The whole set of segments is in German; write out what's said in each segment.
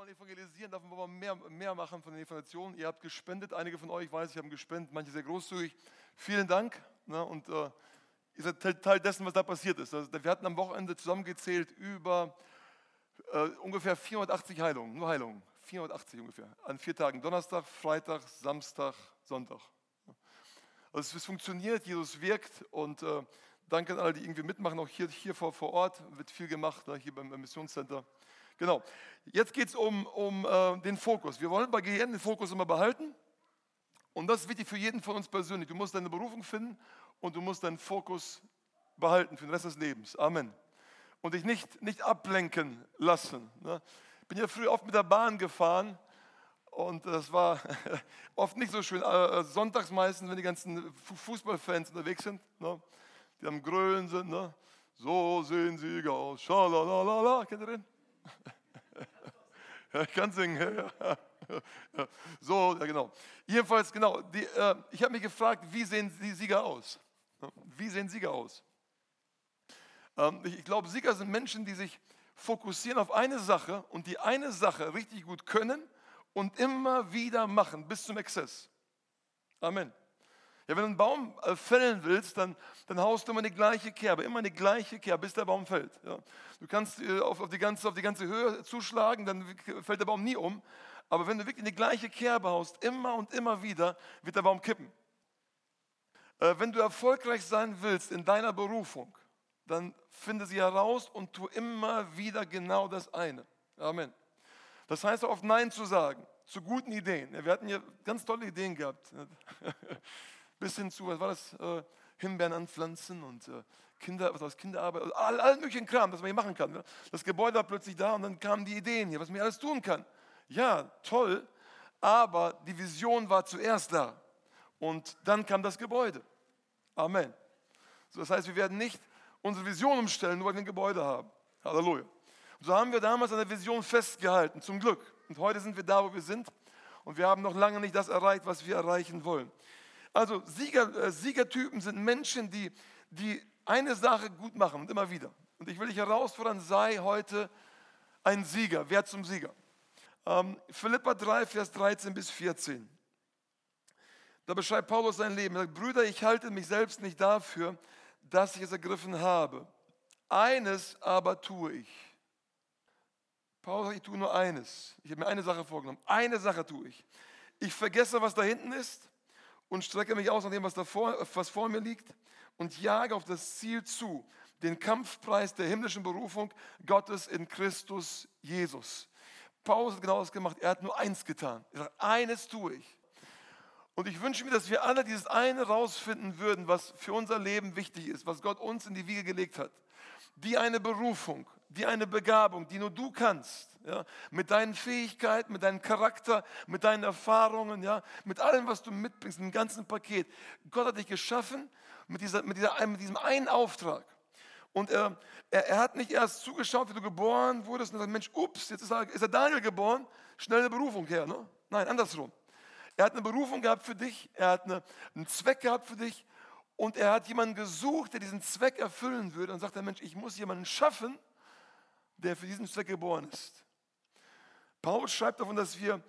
wollen evangelisieren, davon wollen wir mehr machen von den Evangelien. Ihr habt gespendet, einige von euch, weiß ich, haben gespendet, manche sehr großzügig. Vielen Dank. Ne, und ihr seid Teil dessen, was da passiert ist. Also, wir hatten am Wochenende zusammengezählit über ungefähr 480 Heilungen, nur Heilungen. 480 ungefähr. An 4 Tagen, Donnerstag, Freitag, Samstag, Sonntag. Also es funktioniert, Jesus wirkt und danke an alle, die irgendwie mitmachen, auch hier vor Ort wird viel gemacht, ne, hier beim Missionscenter. Genau, jetzt geht es um den Fokus. Wir wollen bei GN den Fokus immer behalten und das ist wichtig für jeden von uns persönlich. Du musst deine Berufung finden und du musst deinen Fokus behalten für den Rest des Lebens. Amen. Und dich nicht ablenken lassen. Ne? Ich bin ja früher oft mit der Bahn gefahren und das war oft nicht so schön. Sonntags meistens, wenn die ganzen Fußballfans unterwegs sind, ne? Die am Grölen sind. Ne? So sehen Sieger aus. Schalalala. Kennt ihr den? Ja, ich kann singen. Ja. So, ja genau. Jedenfalls, genau. Ich habe mich gefragt, wie sehen die Sieger aus? Wie sehen Sieger aus? Ich glaube, Sieger sind Menschen, die sich fokussieren auf eine Sache und die eine Sache richtig gut können und immer wieder machen, bis zum Exzess. Amen. Ja, wenn du einen Baum fällen willst, dann haust du immer die gleiche Kerbe, bis der Baum fällt. Ja. Du kannst auf die ganze Höhe zuschlagen, dann fällt der Baum nie um. Aber wenn du wirklich die gleiche Kerbe haust, immer und immer wieder, wird der Baum kippen. Wenn du erfolgreich sein willst in deiner Berufung, dann finde sie heraus und tu immer wieder genau das eine. Amen. Das heißt auch oft Nein zu sagen, zu guten Ideen. Ja, wir hatten hier ganz tolle Ideen gehabt. Bis hin zu, was war das? Himbeeren anpflanzen und Kinderarbeit, all möglichen Kram, das man hier machen kann. Ne? Das Gebäude war plötzlich da und dann kamen die Ideen hier, was man hier alles tun kann. Ja, toll, aber die Vision war zuerst da und dann kam das Gebäude. Amen. So, das heißt, wir werden nicht unsere Vision umstellen, nur weil wir ein Gebäude haben. Halleluja. Und so haben wir damals an der Vision festgehalten, zum Glück. Und heute sind wir da, wo wir sind und wir haben noch lange nicht das erreicht, was wir erreichen wollen. Also Siegertypen sind Menschen, die eine Sache gut machen und immer wieder. Und ich will dich herausfordern, sei heute ein Sieger, werd zum Sieger. Philipper 3, Vers 13 bis 14. Da beschreibt Paulus sein Leben. Er sagt, Brüder, ich halte mich selbst nicht dafür, dass ich es ergriffen habe. Eines aber tue ich. Paulus sagt, ich tue nur eines. Ich habe mir eine Sache vorgenommen. Eine Sache tue ich. Ich vergesse, was da hinten ist und strecke mich aus nach dem, was vor mir liegt und jage auf das Ziel zu, den Kampfpreis der himmlischen Berufung Gottes in Christus Jesus. Paulus hat genau das gemacht, er hat nur eins getan. Er sagt, eines tue ich. Und ich wünsche mir, dass wir alle dieses eine rausfinden würden, was für unser Leben wichtig ist, was Gott uns in die Wiege gelegt hat. Die eine Berufung, die eine Begabung, die nur du kannst, ja, mit deinen Fähigkeiten, mit deinem Charakter, mit deinen Erfahrungen, ja, mit allem, was du mitbringst, im ganzen Paket. Gott hat dich geschaffen mit diesem einen Auftrag. Und er hat nicht erst zugeschaut, wie du geboren wurdest und gesagt, Mensch, ups, jetzt ist er Daniel geboren, schnell eine Berufung her. Ne? Nein, andersrum. Er hat eine Berufung gehabt für dich, er hat einen Zweck gehabt für dich und er hat jemanden gesucht, der diesen Zweck erfüllen würde und sagt, Mensch, ich muss jemanden schaffen, der für diesen Zweck geboren ist. Paulus schreibt davon, dass wir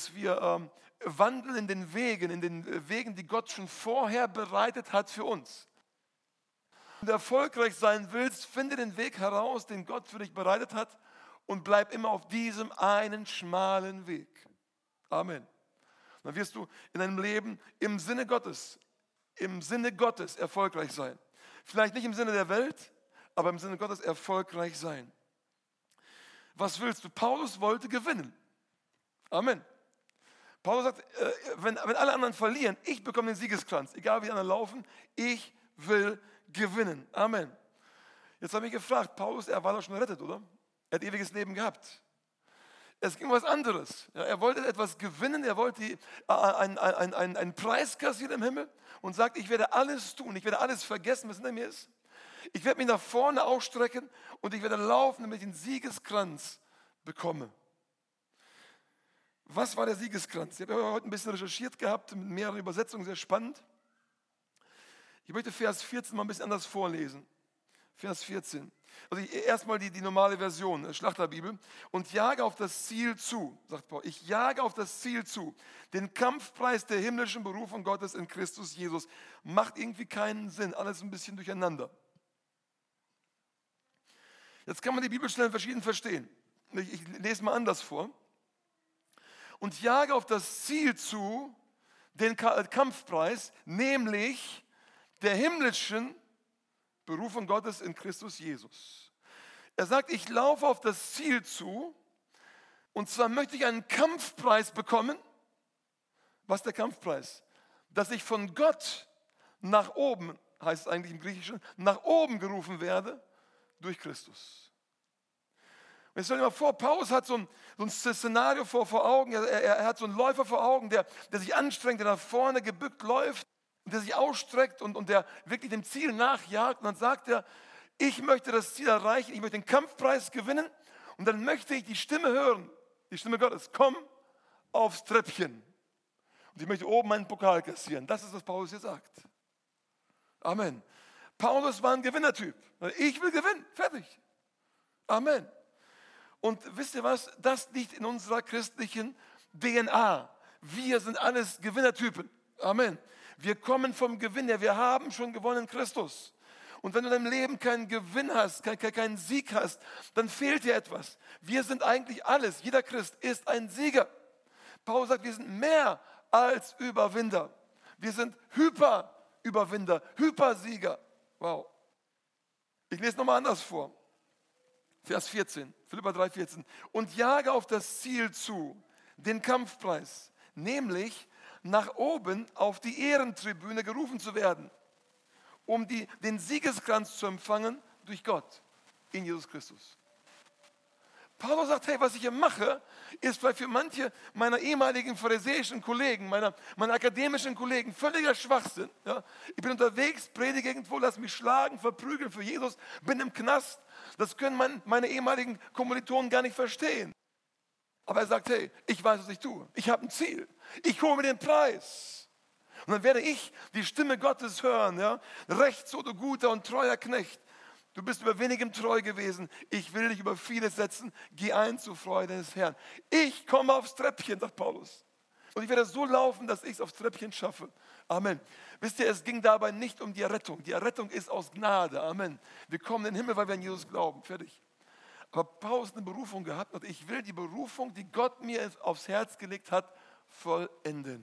wandeln in den Wegen, die Gott schon vorher bereitet hat für uns. Wenn du erfolgreich sein willst, finde den Weg heraus, den Gott für dich bereitet hat und bleib immer auf diesem einen schmalen Weg. Amen. Dann wirst du in deinem Leben im Sinne Gottes erfolgreich sein. Vielleicht nicht im Sinne der Welt, aber im Sinne Gottes erfolgreich sein. Was willst du? Paulus wollte gewinnen. Amen. Paulus sagt, wenn alle anderen verlieren, ich bekomme den Siegeskranz. Egal wie die anderen laufen, ich will gewinnen. Amen. Jetzt habe ich gefragt, Paulus, er war doch schon errettet, oder? Er hat ewiges Leben gehabt. Es ging um was anderes. Ja, er wollte etwas gewinnen, er wollte einen Preis kassieren im Himmel und sagt, ich werde alles tun, ich werde alles vergessen, was hinter mir ist. Ich werde mich nach vorne ausstrecken und ich werde laufen, damit ich den Siegeskranz bekomme. Was war der Siegeskranz? Ich habe heute ein bisschen recherchiert gehabt, mit mehreren Übersetzungen, sehr spannend. Ich möchte Vers 14 mal ein bisschen anders vorlesen. Vers 14. Also erstmal die normale Version, Schlachterbibel. Und jage auf das Ziel zu, sagt Paul. Ich jage auf das Ziel zu. Den Kampfpreis der himmlischen Berufung Gottes in Christus Jesus. Macht irgendwie keinen Sinn. Alles ein bisschen durcheinander. Jetzt kann man die Bibelstellen verschieden verstehen. Ich lese mal anders vor. Und jage auf das Ziel zu, den Kampfpreis, nämlich der himmlischen Berufung Gottes in Christus Jesus. Er sagt, ich laufe auf das Ziel zu, und zwar möchte ich einen Kampfpreis bekommen. Was ist der Kampfpreis? Dass ich von Gott nach oben, heißt es eigentlich im Griechischen, nach oben gerufen werde durch Christus. Und jetzt stell dir mal vor, Paulus hat so ein Szenario vor Augen, er hat so einen Läufer vor Augen, der sich anstrengt, der nach vorne gebückt läuft, und der sich ausstreckt und der wirklich dem Ziel nachjagt. Und dann sagt er, ich möchte das Ziel erreichen, ich möchte den Kampfpreis gewinnen, und dann möchte ich die Stimme hören, die Stimme Gottes, komm aufs Treppchen. Und ich möchte oben meinen Pokal kassieren. Das ist, was Paulus hier sagt. Amen. Paulus war ein Gewinnertyp. Ich will gewinnen, fertig. Amen. Und wisst ihr was, das liegt in unserer christlichen DNA. Wir sind alles Gewinnertypen. Amen. Wir kommen vom Gewinn her. Wir haben schon gewonnen in Christus. Und wenn du in deinem Leben keinen Gewinn hast, keinen Sieg hast, dann fehlt dir etwas. Wir sind eigentlich alles. Jeder Christ ist ein Sieger. Paulus sagt, wir sind mehr als Überwinder. Wir sind Hyperüberwinder, Hypersieger. Wow. Ich lese nochmal anders vor. Vers 14, Philipper 3,14. Und jage auf das Ziel zu, den Kampfpreis, nämlich nach oben auf die Ehrentribüne gerufen zu werden, um den Siegeskranz zu empfangen durch Gott in Jesus Christus. Paulus sagt, hey, was ich hier mache, ist vielleicht für manche meiner ehemaligen pharisäischen Kollegen, meiner akademischen Kollegen völliger Schwachsinn. Ja? Ich bin unterwegs, predige irgendwo, lass mich schlagen, verprügeln für Jesus, bin im Knast. Das können meine ehemaligen Kommilitonen gar nicht verstehen. Aber er sagt, hey, ich weiß, was ich tue. Ich habe ein Ziel. Ich hole mir den Preis. Und dann werde ich die Stimme Gottes hören. Ja? Recht so, du guter und treuer Knecht. Du bist über wenigem treu gewesen. Ich will dich über vieles setzen. Geh ein zur Freude des Herrn. Ich komme aufs Treppchen, sagt Paulus. Und ich werde so laufen, dass ich es aufs Treppchen schaffe. Amen. Wisst ihr, es ging dabei nicht um die Errettung. Die Errettung ist aus Gnade. Amen. Wir kommen in den Himmel, weil wir an Jesus glauben. Fertig. Aber Paulus hat eine Berufung gehabt und ich will die Berufung, die Gott mir aufs Herz gelegt hat, vollenden.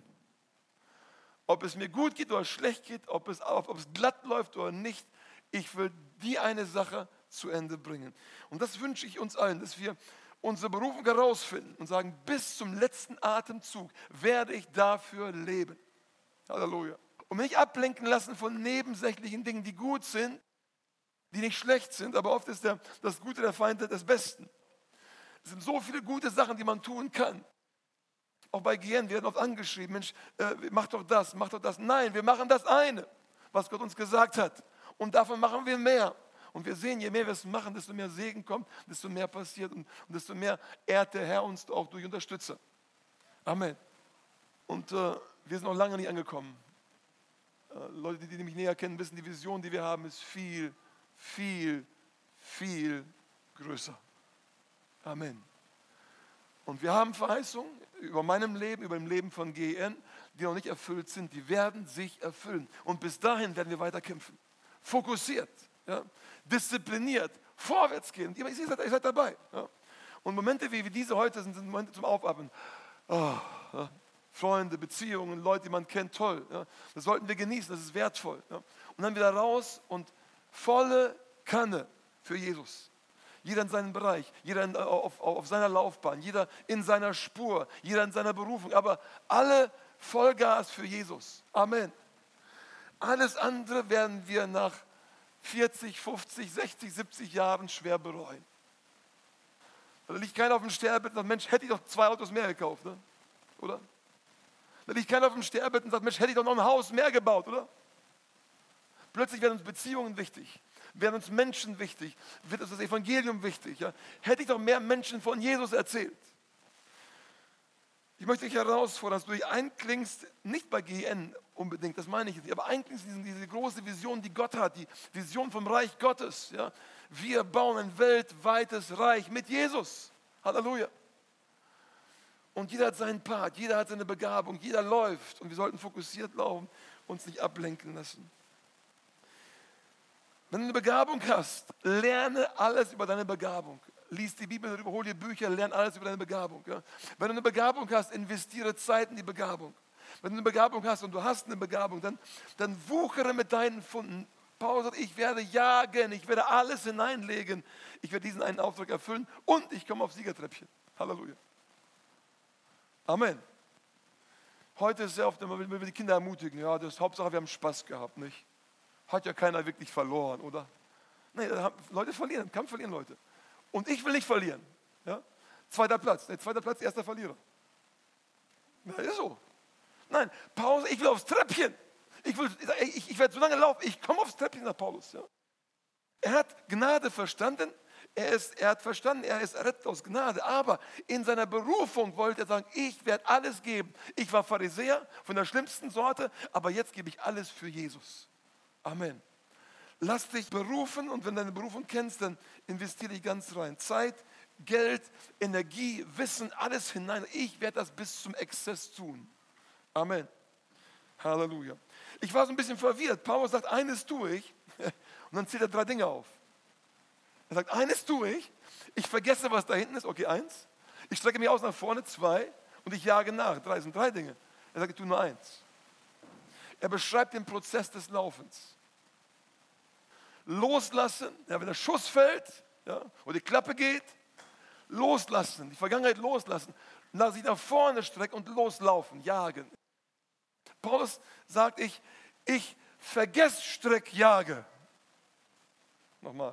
Ob es mir gut geht oder schlecht geht, ob es glatt läuft oder nicht, ich will die eine Sache zu Ende bringen. Und das wünsche ich uns allen, dass wir unsere Berufung herausfinden und sagen, bis zum letzten Atemzug werde ich dafür leben. Halleluja. Und mich nicht ablenken lassen von nebensächlichen Dingen, die gut sind, die nicht schlecht sind, aber oft ist das Gute der Feind des Besten. Es sind so viele gute Sachen, die man tun kann. Auch bei GN werden oft angeschrieben, Mensch, mach doch das, mach doch das. Nein, wir machen das eine, was Gott uns gesagt hat. Und davon machen wir mehr. Und wir sehen, je mehr wir es machen, desto mehr Segen kommt, desto mehr passiert und desto mehr ehrt der Herr uns auch durch Unterstützer. Amen. Und wir sind noch lange nicht angekommen. Leute, die mich näher kennen, wissen, die Vision, die wir haben, ist viel, viel, viel größer. Amen. Und wir haben Verheißungen über meinem Leben, über dem Leben von GN, die noch nicht erfüllt sind, die werden sich erfüllen. Und bis dahin werden wir weiter kämpfen. Fokussiert, ja, diszipliniert, vorwärts gehen. Ihr seid dabei. Ja. Und Momente wie diese heute sind Momente zum Aufatmen. Oh, ja. Freunde, Beziehungen, Leute, die man kennt, toll. Ja. Das sollten wir genießen, das ist wertvoll. Ja. Und dann wieder raus und volle Kanne für Jesus. Jeder in seinem Bereich, jeder auf seiner Laufbahn, jeder in seiner Spur, jeder in seiner Berufung, aber alle Vollgas für Jesus. Amen. Alles andere werden wir nach 40, 50, 60, 70 Jahren schwer bereuen. Da liegt keiner auf dem Sterbebett und sagt, Mensch, hätte ich doch 2 Autos mehr gekauft, ne? Oder? Da liegt keiner auf dem Sterbebett und sagt, Mensch, hätte ich doch noch ein Haus mehr gebaut, oder? Plötzlich werden uns Beziehungen wichtig, werden uns Menschen wichtig, wird uns das Evangelium wichtig. Ja? Hätte ich doch mehr Menschen von Jesus erzählt. Ich möchte dich herausfordern, dass du dich einklingst, nicht bei GN, unbedingt, das meine ich nicht. Aber eigentlich ist diese große Vision, die Gott hat, die Vision vom Reich Gottes. Ja? Wir bauen ein weltweites Reich mit Jesus. Halleluja. Und jeder hat seinen Part, jeder hat seine Begabung, jeder läuft. Und wir sollten fokussiert laufen, uns nicht ablenken lassen. Wenn du eine Begabung hast, lerne alles über deine Begabung. Lies die Bibel, hol dir Bücher, lerne alles über deine Begabung. Ja? Wenn du eine Begabung hast, investiere Zeit in die Begabung. Wenn du eine Begabung hast und du hast eine Begabung, dann wuchere mit deinen Funden. Paulus sagt, ich werde jagen, ich werde alles hineinlegen. Ich werde diesen einen Auftrag erfüllen und ich komme aufs Siegertreppchen. Halleluja. Amen. Heute ist sehr oft, wenn wir die Kinder ermutigen, ja, das ist Hauptsache, wir haben Spaß gehabt, nicht? Hat ja keiner wirklich verloren, oder? Nee, Leute verlieren, Kampf verlieren Leute. Und ich will nicht verlieren. Ja? Zweiter Platz, erster Verlierer. Na, ist so. Nein, Paulus, ich will aufs Treppchen. Ich werde so lange laufen, ich komme aufs Treppchen nach Paulus. Ja? Er hat Gnade verstanden, er hat verstanden, er ist errettet aus Gnade, aber in seiner Berufung wollte er sagen, ich werde alles geben. Ich war Pharisäer von der schlimmsten Sorte, aber jetzt gebe ich alles für Jesus. Amen. Lass dich berufen und wenn du deine Berufung kennst, dann investiere dich ganz rein. Zeit, Geld, Energie, Wissen, alles hinein. Ich werde das bis zum Exzess tun. Amen. Halleluja. Ich war so ein bisschen verwirrt. Paulus sagt, eines tue ich. Und dann zählt er 3 Dinge auf. Er sagt, eines tue ich. Ich vergesse, was da hinten ist. Okay, 1. Ich strecke mich aus nach vorne, 2. Und ich jage nach. 3 sind 3 Dinge. Er sagt, ich tue nur 1. Er beschreibt den Prozess des Laufens. Loslassen, ja, wenn der Schuss fällt, ja, oder die Klappe geht, loslassen, die Vergangenheit loslassen, sich nach vorne strecken und loslaufen, jagen. Paulus sagt, ich vergesse, streck, jage. Nochmal.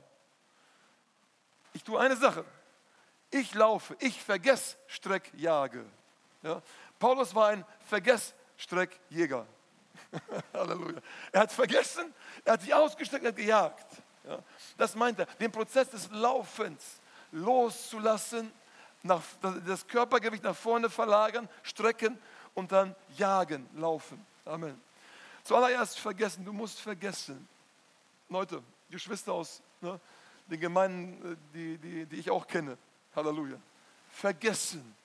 Ich tue eine Sache. Ich laufe, ich vergesse, streck, jage. Ja? Paulus war ein Vergess-Streck-Jäger. Halleluja. Er hat vergessen, er hat sich ausgestreckt, er hat gejagt. Ja, das meint er, den Prozess des Laufens loszulassen, das Körpergewicht nach vorne verlagern, strecken und dann jagen, laufen. Amen. Zuallererst vergessen, du musst vergessen. Leute, Geschwister aus den Gemeinden, die ich auch kenne. Halleluja. Vergessen.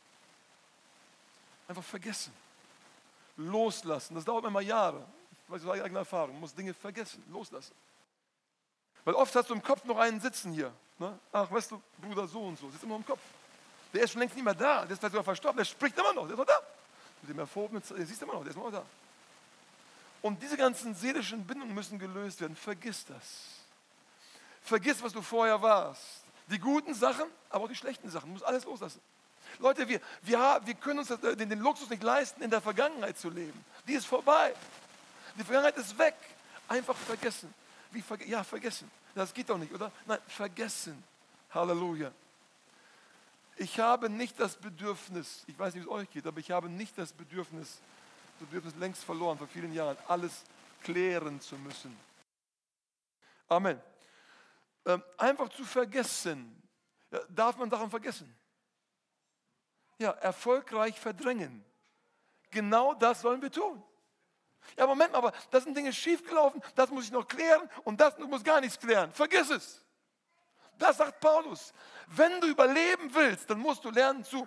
Einfach vergessen. Loslassen. Das dauert manchmal Jahre. Ich weiß aus eigener Erfahrung. Man muss Dinge vergessen, loslassen. Weil oft hast du im Kopf noch einen sitzen hier. Ne? Ach, weißt du, Bruder so und so, sitzt immer im Kopf. Der ist schon längst nicht mehr da. Der ist vielleicht sogar verstorben. Der spricht immer noch. Der ist noch da. Mit dem erfobenen, der siehst du immer noch. Der ist immer noch da. Und diese ganzen seelischen Bindungen müssen gelöst werden. Vergiss das. Vergiss, was du vorher warst. Die guten Sachen, aber auch die schlechten Sachen. Du musst alles loslassen. Leute, wir können uns den Luxus nicht leisten, in der Vergangenheit zu leben. Die ist vorbei. Die Vergangenheit ist weg. Einfach vergessen. Vergessen. Das geht doch nicht, oder? Nein, vergessen. Halleluja. Ich habe nicht das Bedürfnis, ich weiß nicht, wie es euch geht, aber ich habe nicht das Bedürfnis längst verloren, vor vielen Jahren, alles klären zu müssen. Amen. Einfach zu vergessen. Ja, darf man daran vergessen? Ja, erfolgreich verdrängen. Genau das sollen wir tun. Ja, Moment mal, aber da sind Dinge schiefgelaufen, das muss ich noch klären und das muss gar nichts klären. Vergiss es. Das sagt Paulus. Wenn du überleben willst, dann musst du lernen zu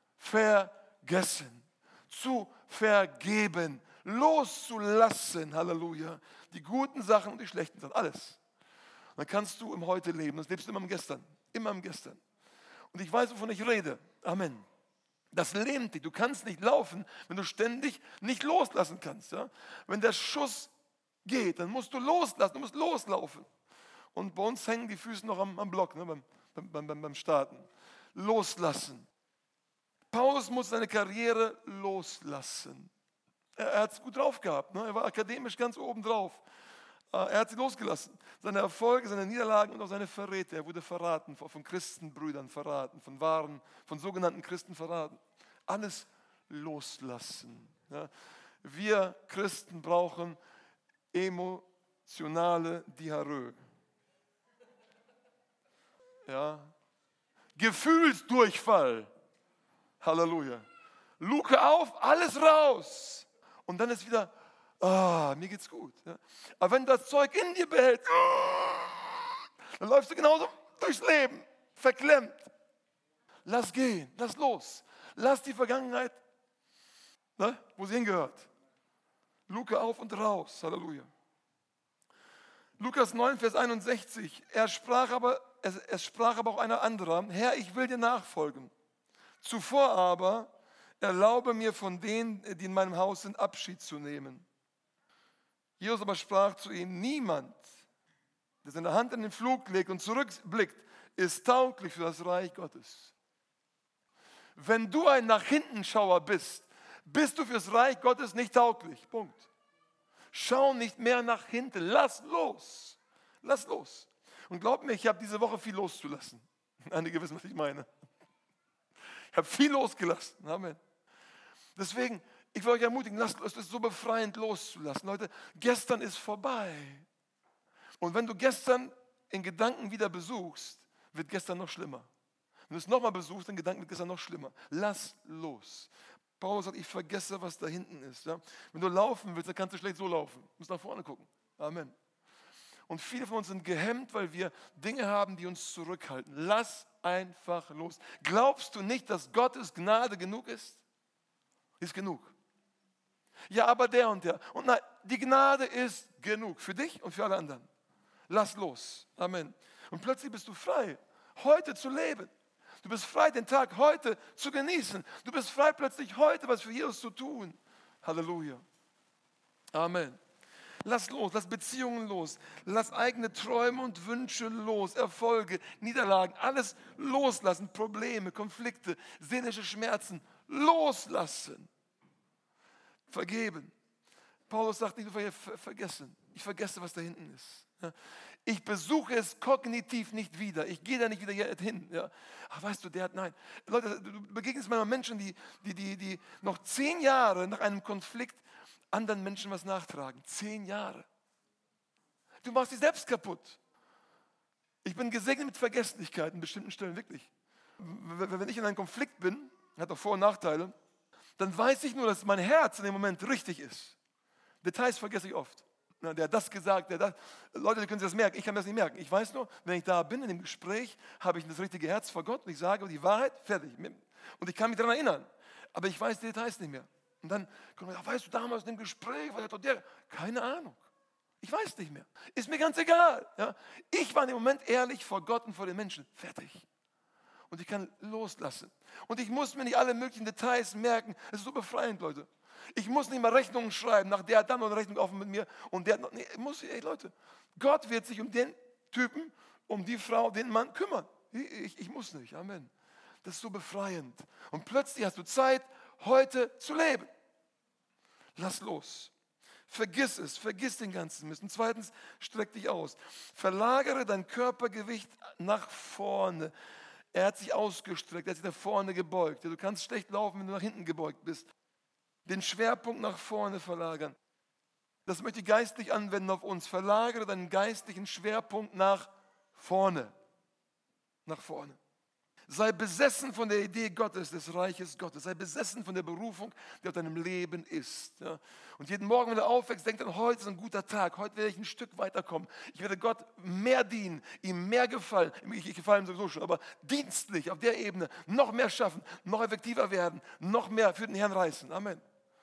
vergessen, zu vergeben, loszulassen. Halleluja. Die guten Sachen und die schlechten Sachen, alles. Dann kannst du im Heute leben, das lebst du immer im Gestern. Immer im Gestern. Und ich weiß, wovon ich rede. Amen. Das lähmt dich. Du kannst nicht laufen, wenn du ständig nicht loslassen kannst. Ja? Wenn der Schuss geht, dann musst du loslassen, du musst loslaufen. Und bei uns hängen die Füße noch am Block, ne? beim Starten. Loslassen. Paulus muss seine Karriere loslassen. Er hat es gut drauf gehabt. Ne? Er war akademisch ganz oben drauf. Er hat sie losgelassen. Seine Erfolge, seine Niederlagen und auch seine Verräter. Er wurde verraten, von Christenbrüdern verraten, von sogenannten Christen verraten. Alles loslassen. Ja. Wir Christen brauchen emotionale Diarrhoe. Ja. Gefühlsdurchfall. Halleluja. Luke auf, alles raus. Und dann ist wieder Mir geht's gut. Ja. Aber wenn du das Zeug in dir behältst, dann läufst du genauso durchs Leben, verklemmt. Lass gehen, lass los. Lass die Vergangenheit, ne, wo sie hingehört. Luke auf und raus. Halleluja. Lukas 9, Vers 61. Es sprach aber auch einer anderer: Herr, ich will dir nachfolgen. Zuvor aber erlaube mir von denen, die in meinem Haus sind, Abschied zu nehmen. Jesus aber sprach zu ihm: Niemand, der seine Hand in den Flug legt und zurückblickt, ist tauglich für das Reich Gottes. Wenn du ein Nach-Hinten-Schauer bist, bist du fürs Reich Gottes nicht tauglich. Punkt. Schau nicht mehr nach hinten. Lass los. Lass los. Und glaub mir, ich habe diese Woche viel loszulassen. Einige wissen, was ich meine. Ich habe viel losgelassen. Amen. Deswegen, ich will euch ermutigen, es ist so befreiend loszulassen. Leute, gestern ist vorbei. Und wenn du gestern in Gedanken wieder besuchst, wird gestern noch schlimmer. Wenn du es nochmal besuchst, in Gedanken wird gestern noch schlimmer. Lass los. Paulus sagt, ich vergesse, was da hinten ist. Ja? Wenn du laufen willst, dann kannst du schlecht so laufen. Du musst nach vorne gucken. Amen. Und viele von uns sind gehemmt, weil wir Dinge haben, die uns zurückhalten. Lass einfach los. Glaubst du nicht, dass Gottes Gnade genug ist? Ist genug. Ja, aber der und der. Und nein, die Gnade ist genug für dich und für alle anderen. Lass los. Amen. Und plötzlich bist du frei, heute zu leben. Du bist frei, den Tag heute zu genießen. Du bist frei, plötzlich heute was für Jesus zu tun. Halleluja. Amen. Lass los, lass Beziehungen los, lass eigene Träume und Wünsche los, Erfolge, Niederlagen, alles loslassen, Probleme, Konflikte, seelische Schmerzen, loslassen. Vergeben. Paulus sagt nicht nur vergessen. Ich vergesse, was da hinten ist. Ja. Ich besuche es kognitiv nicht wieder. Ich gehe da nicht wieder hin. Ja. Ach, weißt du, nein. Leute, du begegnest manchmal Menschen, die noch 10 Jahre nach einem Konflikt anderen Menschen was nachtragen. 10 Jahre. Du machst dich selbst kaputt. Ich bin gesegnet mit Vergesslichkeit in bestimmten Stellen, wirklich. Wenn ich in einem Konflikt bin, hat auch Vor- und Nachteile, dann weiß ich nur, dass mein Herz in dem Moment richtig ist. Details vergesse ich oft. Der hat das gesagt, Leute, die können sich das merken, ich kann das nicht merken. Ich weiß nur, wenn ich da bin in dem Gespräch, habe ich das richtige Herz vor Gott und ich sage die Wahrheit, fertig. Und ich kann mich daran erinnern, aber ich weiß die Details nicht mehr. Und dann kommt man, weißt du, damals in dem Gespräch, war der, keine Ahnung. Ich weiß nicht mehr. Ist mir ganz egal. Ja? Ich war in dem Moment ehrlich vor Gott und vor den Menschen. Fertig. Und ich kann loslassen. Und ich muss mir nicht alle möglichen Details merken. Es ist so befreiend, Leute. Ich muss nicht mal Rechnungen schreiben, nach der hat dann noch eine Rechnung offen mit mir und der hat noch, nee, Leute, Gott wird sich um den Typen, um die Frau, den Mann kümmern. Ich muss nicht, Amen. Das ist so befreiend. Und plötzlich hast du Zeit, heute zu leben. Lass los. Vergiss es, vergiss den ganzen Mist. Und zweitens, streck dich aus. Verlagere dein Körpergewicht nach vorne. Er hat sich ausgestreckt, er hat sich nach vorne gebeugt. Du kannst schlecht laufen, wenn du nach hinten gebeugt bist. Den Schwerpunkt nach vorne verlagern. Das möchte ich geistlich anwenden auf uns. Verlagere deinen geistlichen Schwerpunkt nach vorne. Nach vorne. Sei besessen von der Idee Gottes, des Reiches Gottes. Sei besessen von der Berufung, die auf deinem Leben ist. Ja. Und jeden Morgen, wenn du aufwächst, denk dann, heute ist ein guter Tag. Heute werde ich ein Stück weiterkommen. Ich werde Gott mehr dienen, ihm mehr gefallen. Ich gefalle ihm sowieso schon, aber dienstlich auf der Ebene noch mehr schaffen, noch effektiver werden, noch mehr für den Herrn reißen. Amen.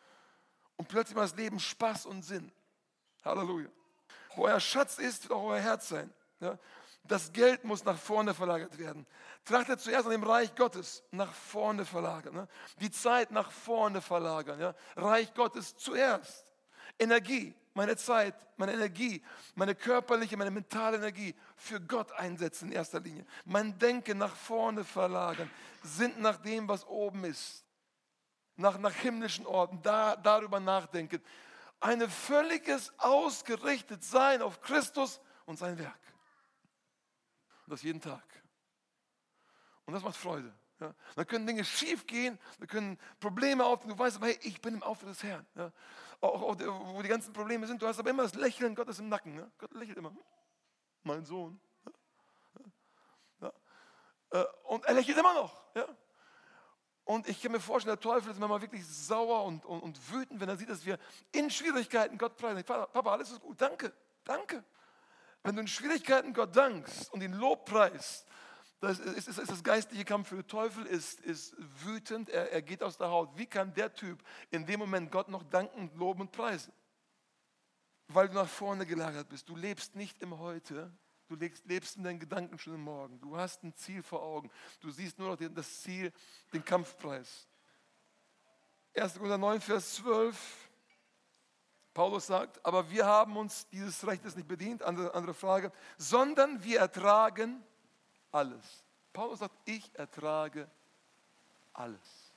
Und plötzlich macht das Leben Spaß und Sinn. Halleluja. Wo euer Schatz ist, wird auch euer Herz sein. Ja. Das Geld muss nach vorne verlagert werden. Trachtet zuerst an dem Reich Gottes, nach vorne verlagern. Ne? Die Zeit nach vorne verlagern. Ja? Reich Gottes zuerst. Energie, meine Zeit, meine Energie, meine körperliche, meine mentale Energie für Gott einsetzen in erster Linie. Mein Denken nach vorne verlagern. Sind nach dem, was oben ist. Nach himmlischen Orten, darüber nachdenken. Ein völliges Ausgerichtetsein auf Christus und sein Werk. Und das jeden Tag. Und das macht Freude. Ja. Dann können Dinge schief gehen, da können Probleme auftreten. Du weißt aber, hey, ich bin im Auftrag des Herrn. Ja. Auch wo die ganzen Probleme sind, du hast aber immer das Lächeln Gottes im Nacken. Ja. Gott lächelt immer. Mein Sohn. Ja. Ja. Ja. Und er lächelt immer noch. Ja. Und ich kann mir vorstellen, der Teufel ist manchmal wirklich sauer und wütend, wenn er sieht, dass wir in Schwierigkeiten Gott preisen. Papa, alles ist gut, danke, danke. Wenn du in Schwierigkeiten Gott dankst und ihn Lobpreist, das ist das geistliche Kampf. Für den Teufel ist wütend, er geht aus der Haut. Wie kann der Typ in dem Moment Gott noch danken, loben und preisen? Weil du nach vorne gelagert bist. Du lebst nicht im Heute, du lebst in deinen Gedanken schon im Morgen. Du hast ein Ziel vor Augen. Du siehst nur noch das Ziel, den Kampfpreis. 1. Korinther 9, Vers 12. Paulus sagt, aber wir haben uns dieses Rechtes nicht bedient, andere Frage, sondern wir ertragen alles. Paulus sagt, ich ertrage alles.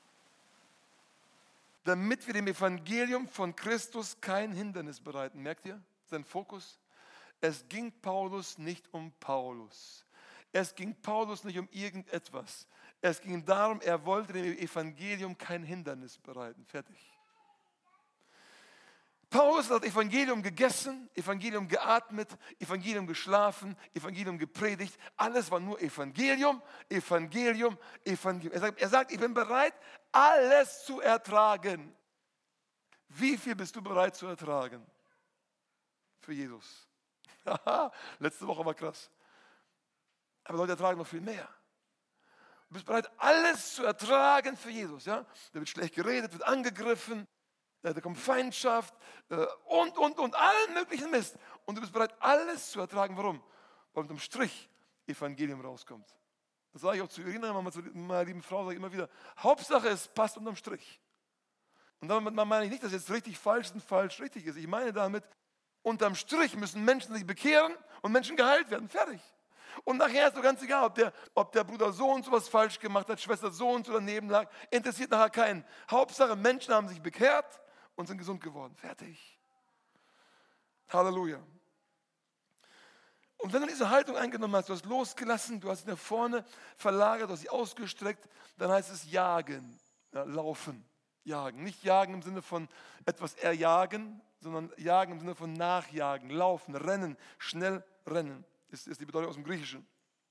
Damit wir dem Evangelium von Christus kein Hindernis bereiten. Merkt ihr sein Fokus? Es ging Paulus nicht um Paulus. Es ging Paulus nicht um irgendetwas. Es ging darum, er wollte dem Evangelium kein Hindernis bereiten. Fertig. Paulus hat Evangelium gegessen, Evangelium geatmet, Evangelium geschlafen, Evangelium gepredigt. Alles war nur Evangelium, Evangelium, Evangelium. Er sagt, ich bin bereit, alles zu ertragen. Wie viel bist du bereit zu ertragen? Für Jesus. Letzte Woche war krass. Aber Leute ertragen noch viel mehr. Du bist bereit, alles zu ertragen für Jesus. Ja? Da wird schlecht geredet, wird angegriffen. Da kommt Feindschaft und allen möglichen Mist. Und du bist bereit, alles zu ertragen. Warum? Weil unterm Strich Evangelium rauskommt. Das sage ich auch zu Irina, zu meiner lieben Frau, sage ich immer wieder. Hauptsache, es passt unterm Strich. Und damit meine ich nicht, dass jetzt richtig falsch und falsch richtig ist. Ich meine damit, unterm Strich müssen Menschen sich bekehren und Menschen geheilt werden. Fertig. Und nachher ist doch ganz egal, ob der Bruder so und so was falsch gemacht hat, Schwester so und so daneben lag. Interessiert nachher keinen. Hauptsache, Menschen haben sich bekehrt und sind gesund geworden. Fertig. Halleluja. Und wenn du diese Haltung eingenommen hast, du hast losgelassen, du hast sie nach vorne verlagert, du hast sie ausgestreckt, dann heißt es jagen, ja, laufen, jagen. Nicht jagen im Sinne von etwas erjagen, sondern jagen im Sinne von nachjagen, laufen, rennen, schnell rennen. Das ist die Bedeutung aus dem Griechischen.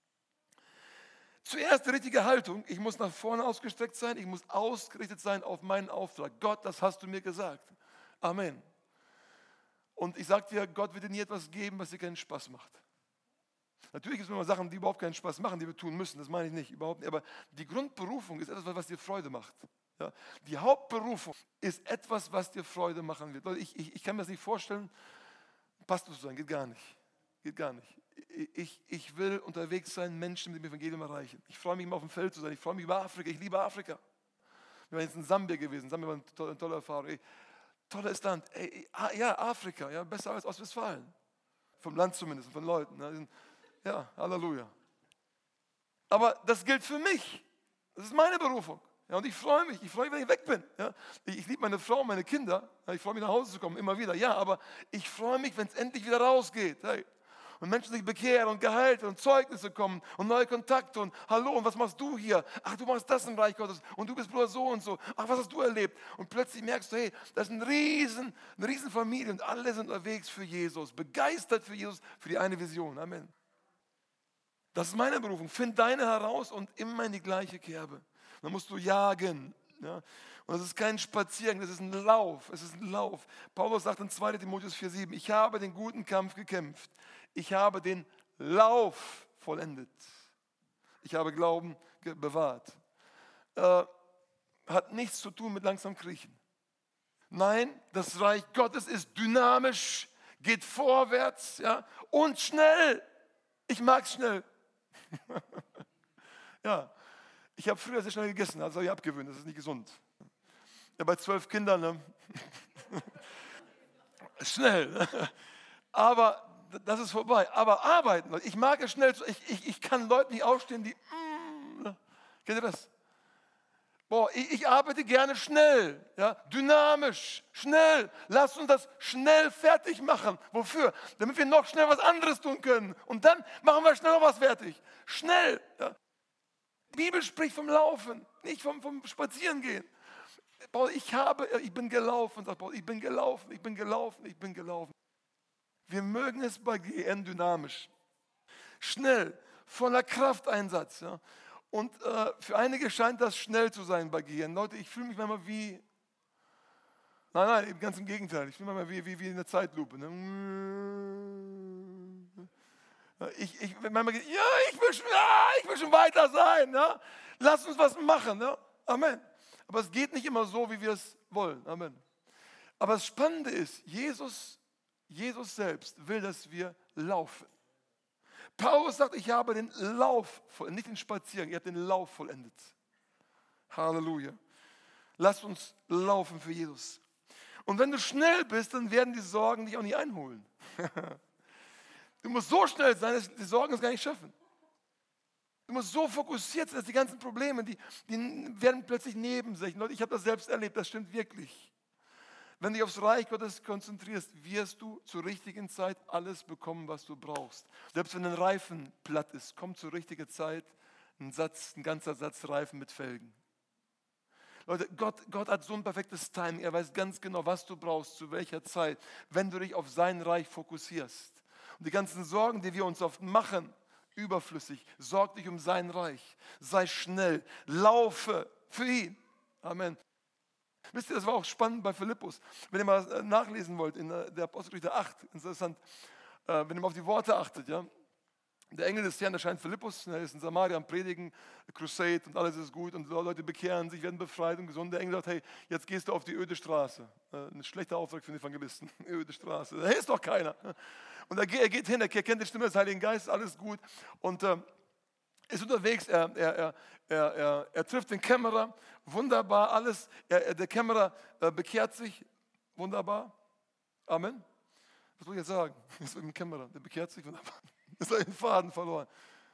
Zuerst die richtige Haltung. Ich muss nach vorne ausgestreckt sein. Ich muss ausgerichtet sein auf meinen Auftrag. Gott, das hast du mir gesagt. Amen. Und ich sage dir, Gott wird dir nie etwas geben, was dir keinen Spaß macht. Natürlich gibt es immer Sachen, die überhaupt keinen Spaß machen, die wir tun müssen. Das meine ich nicht, überhaupt nicht. Aber die Grundberufung ist etwas, was dir Freude macht. Ja? Die Hauptberufung ist etwas, was dir Freude machen wird. Leute, ich kann mir das nicht vorstellen, Pastor zu sein. Geht gar nicht. Geht gar nicht. Ich will unterwegs sein, Menschen mit dem Evangelium erreichen. Ich freue mich immer auf dem Feld zu sein. Ich freue mich über Afrika. Ich liebe Afrika. Wir waren jetzt in Sambia gewesen. Sambia war eine tolle Erfahrung. Tolles Land. Ja, Afrika. Ja, besser als Ostwestfalen. Vom Land zumindest, von Leuten. Ja, Halleluja. Aber das gilt für mich. Das ist meine Berufung. Ja, und ich freue mich, wenn ich weg bin. Ja. Ich liebe meine Frau, meine Kinder. Ja, ich freue mich, nach Hause zu kommen, immer wieder. Ja, aber ich freue mich, wenn es endlich wieder rausgeht. Hey. Und Menschen sich bekehren und geheilt werden und Zeugnisse kommen und neue Kontakte und hallo, und was machst du hier? Ach, du machst das im Reich Gottes und du bist Bruder so und so. Ach, was hast du erlebt? Und plötzlich merkst du, hey, das ist eine riesen Familie und alle sind unterwegs für Jesus, begeistert für Jesus, für die eine Vision. Amen. Das ist meine Berufung. Find deine heraus und immer in die gleiche Kerbe. Dann musst du jagen. Ja? Und das ist kein Spaziergang, das ist ein Lauf. Es ist ein Lauf. Paulus sagt in 2. Timotheus 4,7, ich habe den guten Kampf gekämpft. Ich habe den Lauf vollendet. Ich habe Glauben bewahrt. Hat nichts zu tun mit langsam kriechen. Nein, das Reich Gottes ist dynamisch, geht vorwärts, ja, und schnell. Ich mag es schnell. Ja, ich habe früher sehr schnell gegessen, also habe ich abgewöhnt, das ist nicht gesund. Ja, bei 12 Kindern, ne? Schnell. Aber das ist vorbei. Aber arbeiten, ich mag es schnell. Ich kann Leute nicht ausstehen, die, kennt ihr das? Boah, ich arbeite gerne schnell, ja, dynamisch, schnell. Lass uns das schnell fertig machen. Wofür? Damit wir noch schnell was anderes tun können. Und dann machen wir schnell noch was fertig. Schnell. Ja. Die Bibel spricht vom Laufen, nicht vom Spazierengehen. Paul, ich bin gelaufen, sagt Paul, ich bin gelaufen. Wir mögen es bei GN dynamisch. Schnell, voller Krafteinsatz. Ja. Und für einige scheint das schnell zu sein bei Gehirn. Leute, ich fühle mich manchmal wie, nein, ganz im Gegenteil. Ich fühle mich manchmal wie in einer Zeitlupe. Ne? Manchmal, ja, ich will schon weiter sein. Ja? Lass uns was machen. Ja? Amen. Aber es geht nicht immer so, wie wir es wollen. Amen. Aber das Spannende ist, Jesus selbst will, dass wir laufen. Paulus sagt, ich habe den Lauf, nicht den Spaziergang, er hat den Lauf vollendet. Halleluja. Lass uns laufen für Jesus. Und wenn du schnell bist, dann werden die Sorgen dich auch nicht einholen. Du musst so schnell sein, dass die Sorgen es gar nicht schaffen. Du musst so fokussiert sein, dass die ganzen Probleme, die werden plötzlich nebensächlich. Leute, ich habe das selbst erlebt, das stimmt wirklich. Wenn du dich aufs Reich Gottes konzentrierst, wirst du zur richtigen Zeit alles bekommen, was du brauchst. Selbst wenn ein Reifen platt ist, kommt zur richtigen Zeit ein ganzer Satz Reifen mit Felgen. Leute, Gott hat so ein perfektes Timing. Er weiß ganz genau, was du brauchst, zu welcher Zeit, wenn du dich auf sein Reich fokussierst. Und die ganzen Sorgen, die wir uns oft machen, überflüssig. Sorg dich um sein Reich. Sei schnell. Laufe für ihn. Amen. Wisst ihr, das war auch spannend bei Philippus. Wenn ihr mal nachlesen wollt, in der Apostelgeschichte 8, interessant, wenn ihr mal auf die Worte achtet, ja. Der Engel des Herrn erscheint Philippus, er ist in Samaria am Predigen, Crusade und alles ist gut und Leute bekehren sich, werden befreit und gesund. Der Engel sagt, hey, jetzt gehst du auf die öde Straße. Ein schlechter Auftrag für den Evangelisten, öde Straße. Da ist doch keiner. Und er geht hin, er kennt die Stimme des Heiligen Geistes, alles gut und ist unterwegs, er trifft den Kämmerer, wunderbar, alles. Der Kämmerer bekehrt sich, wunderbar. Amen. Was soll ich jetzt sagen? Das ist mit dem Kämmerer, der bekehrt sich, wunderbar. Ist er den Faden verloren.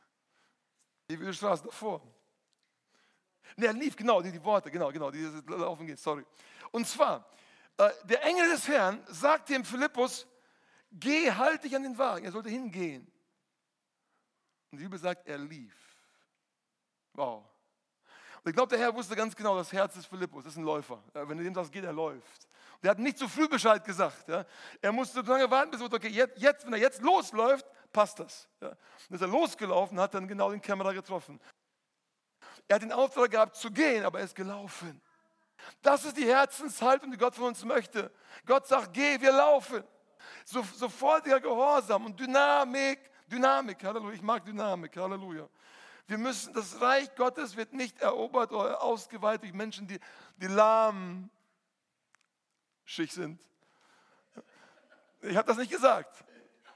Die wilde Straße davor. Ne, er lief, genau, die Worte, genau, dieses Laufen geht, sorry. Und zwar, der Engel des Herrn sagt dem Philippus, geh, halt dich an den Wagen. Er sollte hingehen. Und die Bibel sagt, er lief. Wow. Und ich glaube, der Herr wusste ganz genau, das Herz des Philippus, das ist ein Läufer. Wenn du dem sagst, geht, er läuft. Und er hat nicht zu früh Bescheid gesagt. Ja. Er musste so lange warten, bis er okay, wenn er jetzt losläuft, passt das. Ja. Und ist er losgelaufen, hat dann genau den Kämmerer getroffen. Er hat den Auftrag gehabt zu gehen, aber er ist gelaufen. Das ist die Herzenshaltung, die Gott von uns möchte. Gott sagt, geh, wir laufen. Sofortiger Gehorsam und Dynamik, Halleluja, ich mag Dynamik, Halleluja. Wir müssen, das Reich Gottes wird nicht erobert oder ausgeweitet durch Menschen, die lahmschicht sind. Ich habe das nicht gesagt.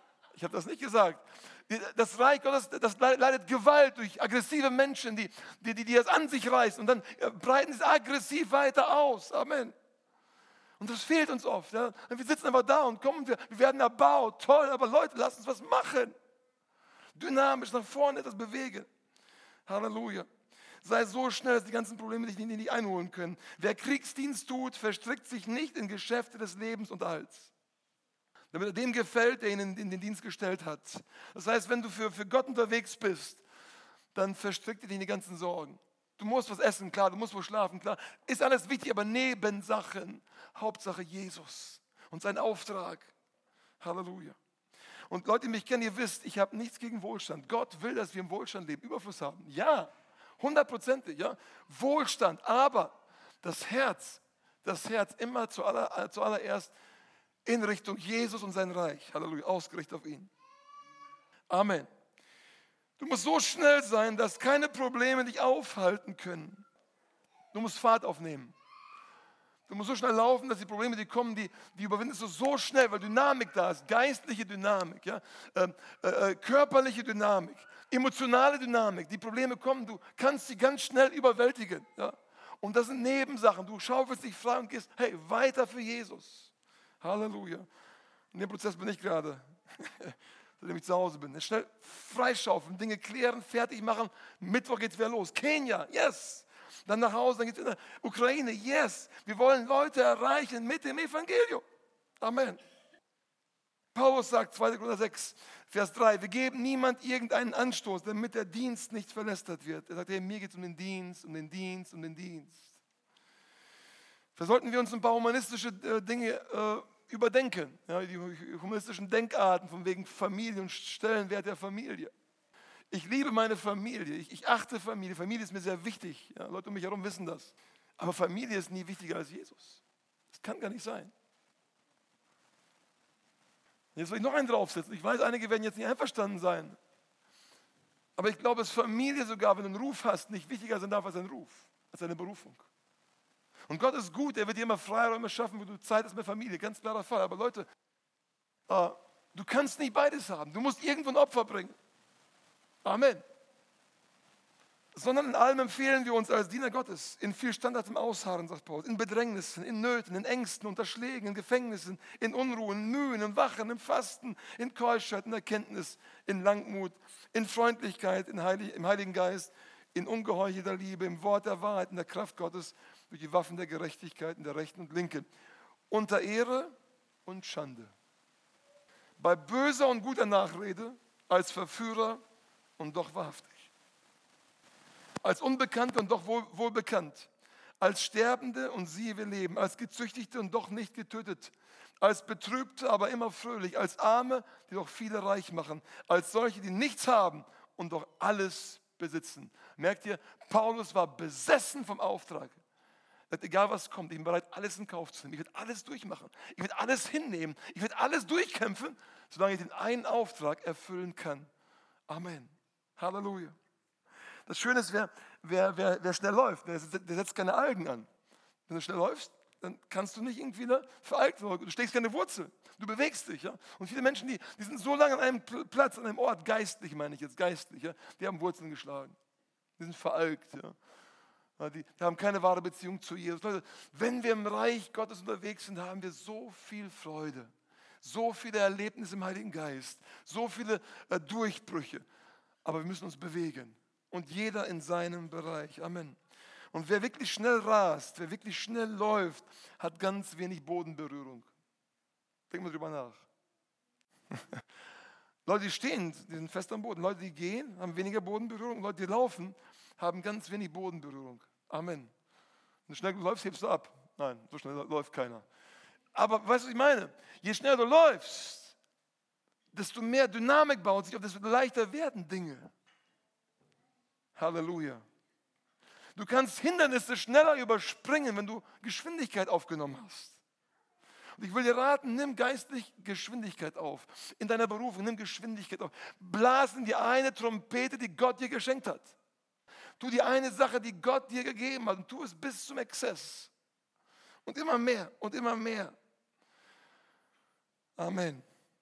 Das Reich Gottes, das leidet Gewalt durch aggressive Menschen, die das an sich reißen und dann breiten sie es aggressiv weiter aus. Amen. Und das fehlt uns oft. Ja. Wir sitzen einfach da und wir werden erbaut. Toll, aber Leute, lasst uns was machen. Dynamisch nach vorne etwas bewegen. Halleluja. Sei so schnell, dass die ganzen Probleme dich nicht einholen können. Wer Kriegsdienst tut, verstrickt sich nicht in Geschäfte des Lebensunterhalts, damit er dem gefällt, der ihn in den Dienst gestellt hat. Das heißt, wenn du für Gott unterwegs bist, dann verstrickt dich in die ganzen Sorgen. Du musst was essen, klar, du musst wo schlafen, klar. Ist alles wichtig, aber Nebensachen. Hauptsache Jesus und sein Auftrag. Halleluja. Und Leute, die mich kennen, ihr wisst, ich habe nichts gegen Wohlstand. Gott will, dass wir im Wohlstand leben, Überfluss haben. Ja, 100%, ja. Wohlstand, aber das Herz immer zuallererst in Richtung Jesus und sein Reich. Halleluja, ausgerichtet auf ihn. Amen. Du musst so schnell sein, dass keine Probleme dich aufhalten können. Du musst Fahrt aufnehmen. Du musst so schnell laufen, dass die Probleme, die kommen, die überwindest du so schnell, weil Dynamik da ist, geistliche Dynamik, ja? Körperliche Dynamik, emotionale Dynamik. Die Probleme kommen, du kannst sie ganz schnell überwältigen. Ja? Und das sind Nebensachen. Du schaufelst dich frei und gehst, hey, weiter für Jesus. Halleluja. In dem Prozess bin ich gerade, seitdem ich zu Hause bin. Schnell freischaufeln, Dinge klären, fertig machen. Mittwoch geht es wieder los. Kenia, yes. Dann nach Hause, dann geht es in der Ukraine, yes. Wir wollen Leute erreichen mit dem Evangelium. Amen. Paulus sagt, 2. Korinther 6, Vers 3, wir geben niemand irgendeinen Anstoß, damit der Dienst nicht verlästert wird. Er sagt, hey, mir geht es um den Dienst, um den Dienst, um den Dienst. Da sollten wir uns ein paar humanistische Dinge überdenken. Ja, die humanistischen Denkarten von wegen Familie und Stellenwert der Familie. Ich liebe meine Familie. Ich achte Familie. Familie ist mir sehr wichtig. Ja, Leute um mich herum wissen das. Aber Familie ist nie wichtiger als Jesus. Das kann gar nicht sein. Jetzt will ich noch einen draufsetzen. Ich weiß, einige werden jetzt nicht einverstanden sein. Aber ich glaube, dass Familie sogar, wenn du einen Ruf hast, nicht wichtiger sein darf als ein Ruf, als eine Berufung. Und Gott ist gut, er wird dir immer Freiräume schaffen, wo du Zeit hast mit Familie. Ganz klarer Fall. Aber Leute, du kannst nicht beides haben. Du musst irgendwo ein Opfer bringen. Amen. Sondern in allem empfehlen wir uns als Diener Gottes, in viel standhaftem Ausharren, sagt Paulus, in Bedrängnissen, in Nöten, in Ängsten, unter Schlägen, in Gefängnissen, in Unruhen, in Mühen, im Wachen, im Fasten, in Keuschheit, in Erkenntnis, in Langmut, in Freundlichkeit, im Heiligen Geist, in ungeheuchelter Liebe, im Wort der Wahrheit, in der Kraft Gottes, durch die Waffen der Gerechtigkeit, in der Rechten und Linken, unter Ehre und Schande, bei böser und guter Nachrede, als Verführer und doch wahrhaftig. Als Unbekannte und doch wohlbekannt, als Sterbende und siehe wir leben, als Gezüchtigte und doch nicht getötet, als Betrübte, aber immer fröhlich, als Arme, die doch viele reich machen, als solche, die nichts haben und doch alles besitzen. Merkt ihr, Paulus war besessen vom Auftrag. Er hat, egal was kommt, ich bin bereit, alles in Kauf zu nehmen. Ich werde alles durchmachen. Ich werde alles hinnehmen. Ich werde alles durchkämpfen, solange ich den einen Auftrag erfüllen kann. Amen. Halleluja. Das Schöne ist, wer schnell läuft, der setzt keine Algen an. Wenn du schnell läufst, dann kannst du nicht irgendwie veralkt werden. Du steckst keine Wurzel. Du bewegst dich. Ja? Und viele Menschen, die sind so lange an einem Platz, an einem Ort, geistlich meine ich jetzt, geistlich, ja? Die haben Wurzeln geschlagen. Die sind veralkt. Ja? Die haben keine wahre Beziehung zu Jesus. Leute, wenn wir im Reich Gottes unterwegs sind, haben wir so viel Freude, so viele Erlebnisse im Heiligen Geist, so viele Durchbrüche. Aber wir müssen uns bewegen. Und jeder in seinem Bereich. Amen. Und wer wirklich schnell rast, wer wirklich schnell läuft, hat ganz wenig Bodenberührung. Denk mal drüber nach. Leute, die stehen, die sind fest am Boden. Leute, die gehen, haben weniger Bodenberührung. Leute, die laufen, haben ganz wenig Bodenberührung. Amen. Wenn du schnell läufst, hebst du ab. Nein, so schnell läuft keiner. Aber weißt du, was ich meine? Je schneller du läufst, desto mehr Dynamik baut sich auf, desto leichter werden Dinge. Halleluja. Du kannst Hindernisse schneller überspringen, wenn du Geschwindigkeit aufgenommen hast. Und ich will dir raten, nimm geistlich Geschwindigkeit auf. In deiner Berufung, nimm Geschwindigkeit auf. Blas in die eine Trompete, die Gott dir geschenkt hat. Tu die eine Sache, die Gott dir gegeben hat und tu es bis zum Exzess. Und immer mehr und immer mehr. Amen.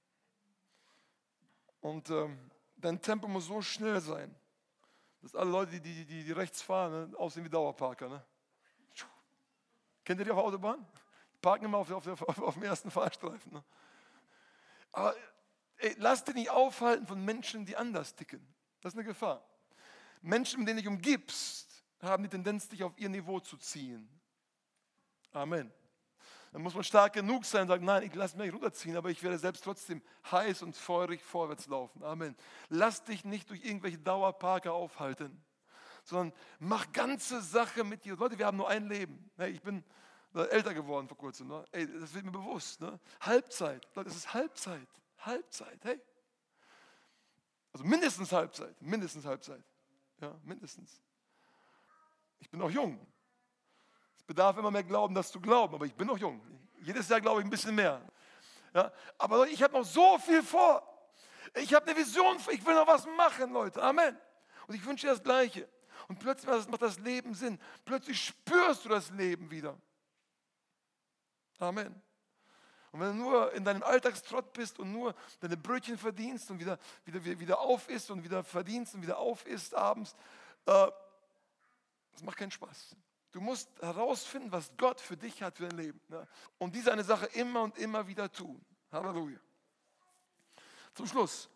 Und dein Tempo muss so schnell sein, dass alle Leute, die rechts fahren, aussehen wie Dauerparker. Ne? Kennt ihr die auf der Autobahn? Die parken immer auf dem ersten Fahrstreifen. Ne? Aber lass dich nicht aufhalten von Menschen, die anders ticken. Das ist eine Gefahr. Menschen, mit denen du dich umgibst, haben die Tendenz, dich auf ihr Niveau zu ziehen. Amen. Dann muss man stark genug sein und sagen, nein, ich lasse mich runterziehen, aber ich werde selbst trotzdem heiß und feurig vorwärts laufen. Amen. Lass dich nicht durch irgendwelche Dauerparker aufhalten, sondern mach ganze Sache mit dir. Leute, wir haben nur ein Leben. Hey, ich bin älter geworden vor kurzem. Ne? Ey, das wird mir bewusst. Ne? Halbzeit. Leute, es ist Halbzeit. Halbzeit. Hey. Also mindestens Halbzeit. Mindestens Halbzeit. Ja, mindestens. Ich bin noch jung. Bedarf immer mehr Glauben, das zu glauben, aber ich bin noch jung. Jedes Jahr glaube ich ein bisschen mehr. Ja, aber Leute, ich habe noch so viel vor. Ich habe eine Vision, ich will noch was machen, Leute. Amen. Und ich wünsche dir das Gleiche. Und plötzlich macht das Leben Sinn. Plötzlich spürst du das Leben wieder. Amen. Und wenn du nur in deinem Alltagstrott bist und nur deine Brötchen verdienst und wieder auf isst und wieder verdienst und wieder auf isst abends, das macht keinen Spaß. Du musst herausfinden, was Gott für dich hat für dein Leben. Ne? Und diese eine Sache immer und immer wieder tun. Halleluja. Zum Schluss.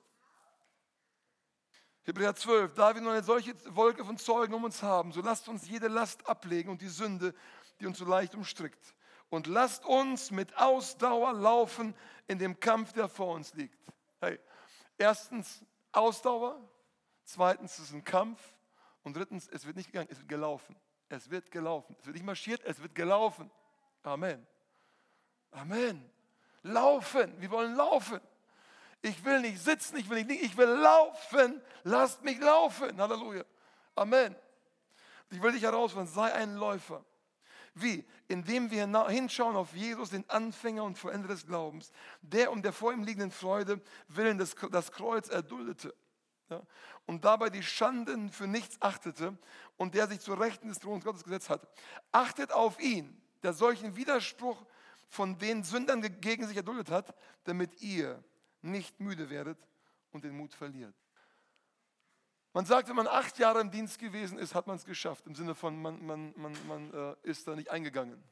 Hebräer 12. Da wir nun eine solche Wolke von Zeugen um uns haben, so lasst uns jede Last ablegen und die Sünde, die uns so leicht umstrickt. Und lasst uns mit Ausdauer laufen in dem Kampf, der vor uns liegt. Hey, erstens Ausdauer. Zweitens ist es ein Kampf. Und drittens, es wird nicht gegangen, es wird gelaufen. Es wird gelaufen. Es wird nicht marschiert, es wird gelaufen. Amen. Amen. Laufen. Wir wollen laufen. Ich will nicht sitzen, ich will nicht liegen, ich will laufen. Lasst mich laufen. Halleluja. Amen. Ich will dich herausfordern, sei ein Läufer. Wie? Indem wir hinschauen auf Jesus, den Anfänger und Vollender des Glaubens, der um der vor ihm liegenden Freude willen das Kreuz erduldete, ja, und dabei die Schanden für nichts achtete und der sich zur Rechten des Thrones Gottes gesetzt hat. Achtet auf ihn, der solchen Widerspruch von den Sündern gegen sich erduldet hat, damit ihr nicht müde werdet und den Mut verliert. Man sagt, wenn man 8 Jahre im Dienst gewesen ist, hat man es geschafft. Im Sinne von, man ist da nicht eingegangen.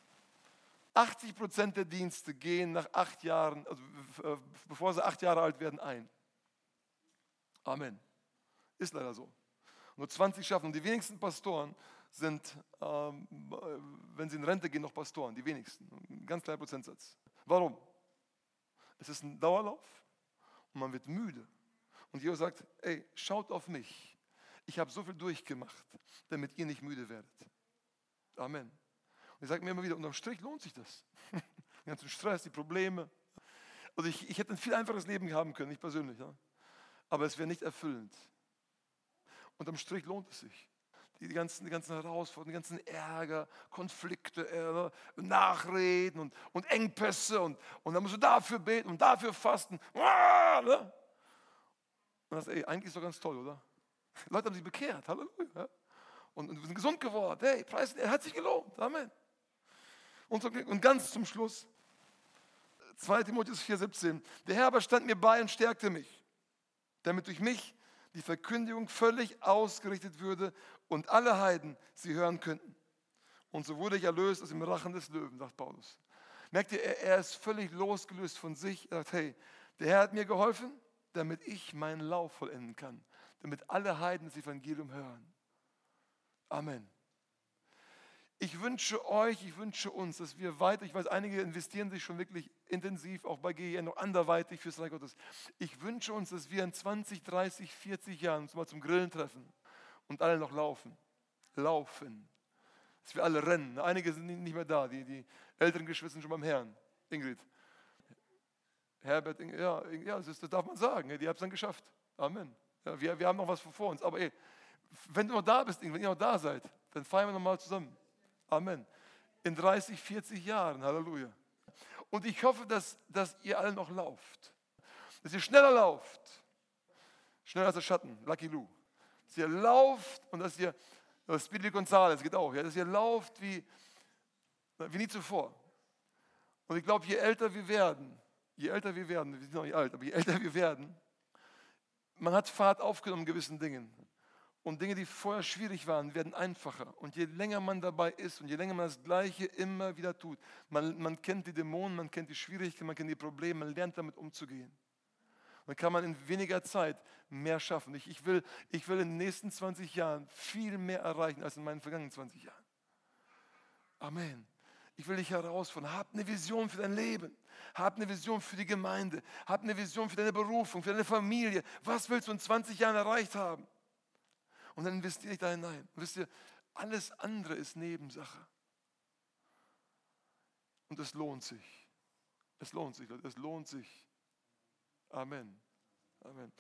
80% der Dienste gehen nach 8 Jahren, also bevor sie 8 Jahre alt werden, ein. Amen. Ist leider so. Nur 20 schaffen. Und die wenigsten Pastoren sind, wenn sie in Rente gehen, noch Pastoren. Die wenigsten. Ein ganz kleiner Prozentsatz. Warum? Es ist ein Dauerlauf und man wird müde. Und Jesus sagt, ey, schaut auf mich. Ich habe so viel durchgemacht, damit ihr nicht müde werdet. Amen. Und ich sage mir immer wieder, unterm Strich lohnt sich das. Den ganzen Stress, die Probleme. Also ich hätte ein viel einfaches Leben haben können, ich persönlich. Ja? Aber es wäre nicht erfüllend. Unterm Strich lohnt es sich. Die ganzen Herausforderungen, die ganzen Ärger, Konflikte, Nachreden und Engpässe. Und dann musst du dafür beten und dafür fasten. Ne? Und das, eigentlich ist doch ganz toll, oder? Leute haben sich bekehrt, Halleluja. Und sind gesund geworden. Hey, Preis, er hat sich gelohnt. Amen. Und ganz zum Schluss, 2 Timotheus 4,17. Der Herr aber stand mir bei und stärkte mich, damit durch mich die Verkündigung völlig ausgerichtet würde und alle Heiden sie hören könnten. Und so wurde ich erlöst aus dem Rachen des Löwen, sagt Paulus. Merkt ihr, er ist völlig losgelöst von sich. Er sagt, hey, der Herr hat mir geholfen, damit ich meinen Lauf vollenden kann, damit alle Heiden das Evangelium hören. Amen. Ich wünsche euch, ich wünsche uns, dass wir weiter, ich weiß, einige investieren sich schon wirklich intensiv, auch bei GEN, noch anderweitig fürs Reich Gottes. Ich wünsche uns, dass wir in 20, 30, 40 Jahren uns mal zum Grillen treffen und alle noch laufen. Laufen. Dass wir alle rennen. Einige sind nicht mehr da, die älteren Geschwister sind schon beim Herrn. Ingrid. Herbert, ja, das darf man sagen, die haben es dann geschafft. Amen. Ja, wir haben noch was vor uns, aber wenn du noch da bist, wenn ihr noch da seid, dann feiern wir nochmal zusammen. Amen. In 30, 40 Jahren, Halleluja. Und ich hoffe, dass ihr alle noch lauft. Dass ihr schneller lauft. Schneller als der Schatten, Lucky Lou. Dass ihr lauft und dass ihr, Speedy Gonzales geht auch, ja, dass ihr lauft wie nie zuvor. Und ich glaube, je älter wir werden, wir sind noch nicht alt, aber je älter wir werden, man hat Fahrt aufgenommen in gewissen Dingen. Und Dinge, die vorher schwierig waren, werden einfacher. Und je länger man dabei ist und je länger man das Gleiche immer wieder tut, man kennt die Dämonen, man kennt die Schwierigkeiten, man kennt die Probleme, man lernt damit umzugehen. Und dann kann man in weniger Zeit mehr schaffen. Ich will in den nächsten 20 Jahren viel mehr erreichen als in meinen vergangenen 20 Jahren. Amen. Ich will dich herausfordern. Hab eine Vision für dein Leben. Hab eine Vision für die Gemeinde. Hab eine Vision für deine Berufung, für deine Familie. Was willst du in 20 Jahren erreicht haben? Und dann investiere ich da hinein. Und wisst ihr, alles andere ist Nebensache. Und es lohnt sich. Es lohnt sich, Leute. Es lohnt sich. Amen. Amen.